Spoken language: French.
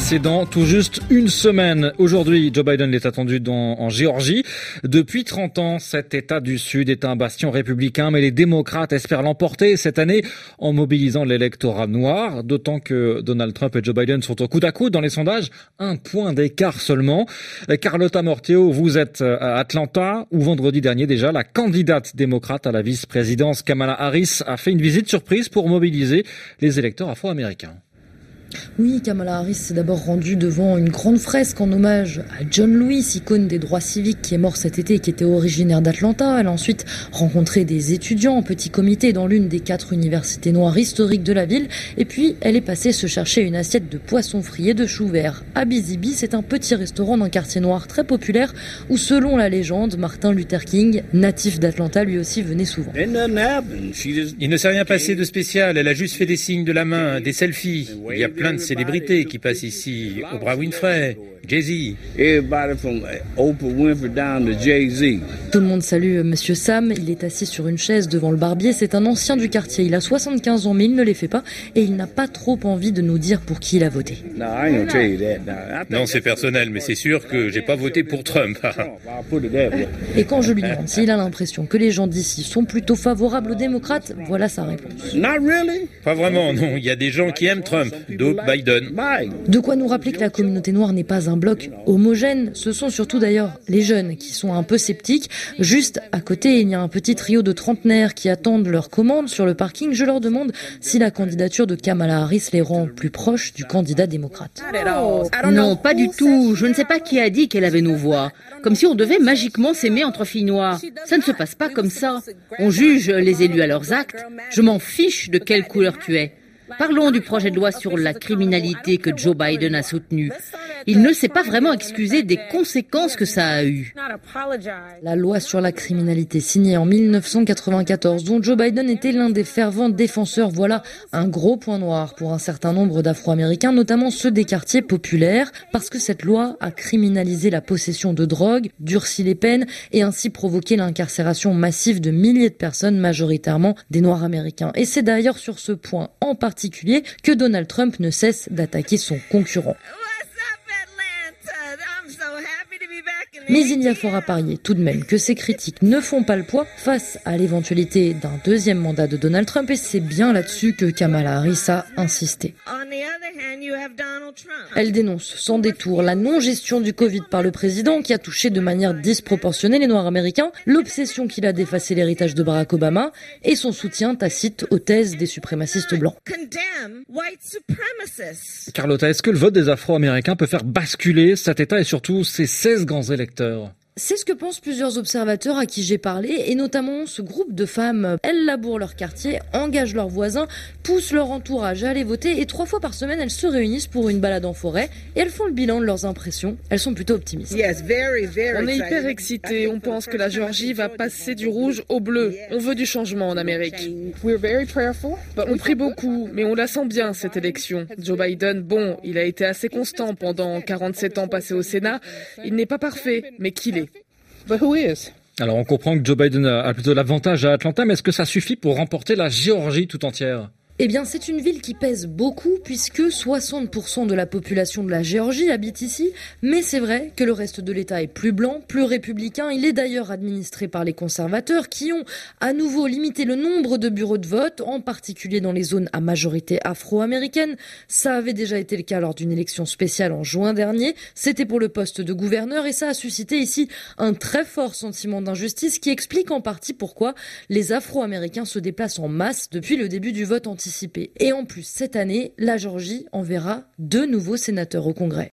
C'est dans tout juste une semaine. Aujourd'hui, Joe Biden est attendu en Géorgie. Depuis 30 ans, cet État du Sud est un bastion républicain, mais les démocrates espèrent l'emporter cette année en mobilisant l'électorat noir, d'autant que Donald Trump et Joe Biden sont au coude à coude dans les sondages, 1 point d'écart seulement. Carlotta Morteo, vous êtes à Atlanta, où vendredi dernier déjà, la candidate démocrate à la vice-présidence Kamala Harris a fait une visite surprise pour mobiliser les électeurs afro-américains. Oui, Kamala Harris s'est d'abord rendue devant une grande fresque en hommage à John Lewis, icône des droits civiques qui est mort cet été et qui était originaire d'Atlanta. Elle a ensuite rencontré des étudiants en petit comité dans l'une des 4 universités noires historiques de la ville. Et puis, elle est passée se chercher une assiette de poisson frit et de choux verts. À Busy Bee, c'est un petit restaurant d'un quartier noir très populaire où, selon la légende, Martin Luther King, natif d'Atlanta, lui aussi venait souvent. Il ne s'est rien passé de spécial. Elle a juste fait des signes de la main, des selfies. Il y a plein de célébrités qui passent ici. Oprah Winfrey, Jay-Z. Tout le monde salue Monsieur Sam. Il est assis sur une chaise devant le barbier. C'est un ancien du quartier. Il a 75 ans, mais il ne les fait pas. Et il n'a pas trop envie de nous dire pour qui il a voté. Non, c'est personnel, mais c'est sûr que j'ai pas voté pour Trump. Et quand je lui demande s'il a l'impression que les gens d'ici sont plutôt favorables aux démocrates, voilà sa réponse. Pas vraiment, non. Il y a des gens qui aiment Trump, d'autres Biden. De quoi nous rappeler que la communauté noire n'est pas un bloc homogène. Ce sont surtout d'ailleurs les jeunes qui sont un peu sceptiques. Juste à côté, il y a un petit trio de trentenaires qui attendent leur commande sur le parking. Je leur demande si la candidature de Kamala Harris les rend plus proches du candidat démocrate. Non, pas du tout. Je ne sais pas qui a dit qu'elle avait nos voix. Comme si on devait magiquement s'aimer entre filles noires. Ça ne se passe pas comme ça. On juge les élus à leurs actes. Je m'en fiche de quelle couleur tu es. Parlons du projet de loi sur la criminalité que Joe Biden a soutenu. Il ne s'est pas vraiment excusé des conséquences que ça a eues. La loi sur la criminalité signée en 1994, dont Joe Biden était l'un des fervents défenseurs, voilà un gros point noir pour un certain nombre d'Afro-Américains, notamment ceux des quartiers populaires, parce que cette loi a criminalisé la possession de drogue, durci les peines et ainsi provoqué l'incarcération massive de milliers de personnes, majoritairement des Noirs américains. Et c'est d'ailleurs sur ce point en particulier que Donald Trump ne cesse d'attaquer son concurrent. Mais il y a fort à parier tout de même que ces critiques ne font pas le poids face à l'éventualité d'un deuxième mandat de Donald Trump, et c'est bien là-dessus que Kamala Harris a insisté. Elle dénonce sans détour la non-gestion du Covid par le président qui a touché de manière disproportionnée les Noirs américains, l'obsession qu'il a d'effacer l'héritage de Barack Obama et son soutien tacite aux thèses des suprémacistes blancs. Carlotta, est-ce que le vote des Afro-Américains peut faire basculer cet État et surtout ses 16 grands électeurs ? C'est ce que pensent plusieurs observateurs à qui j'ai parlé, et notamment ce groupe de femmes. Elles labourent leur quartier, engagent leurs voisins, poussent leur entourage à aller voter, et 3 fois par semaine, elles se réunissent pour une balade en forêt, et elles font le bilan de leurs impressions. Elles sont plutôt optimistes. On est hyper excités, on pense que la Géorgie va passer du rouge au bleu. On veut du changement en Amérique. On prie beaucoup, mais on la sent bien, cette élection. Joe Biden, bon, il a été assez constant pendant 47 ans passés au Sénat. Il n'est pas parfait, mais qu'il est. Alors on comprend que Joe Biden a plutôt l'avantage à Atlanta, mais est-ce que ça suffit pour remporter la Géorgie tout entière ? Eh bien, c'est une ville qui pèse beaucoup puisque 60% de la population de la Géorgie habite ici. Mais c'est vrai que le reste de l'État est plus blanc, plus républicain. Il est d'ailleurs administré par les conservateurs qui ont à nouveau limité le nombre de bureaux de vote, en particulier dans les zones à majorité afro-américaine. Ça avait déjà été le cas lors d'une élection spéciale en juin dernier. C'était pour le poste de gouverneur et ça a suscité ici un très fort sentiment d'injustice qui explique en partie pourquoi les Afro-Américains se déplacent en masse depuis le début du vote anticipé. Et en plus, cette année, la Géorgie enverra 2 nouveaux sénateurs au Congrès.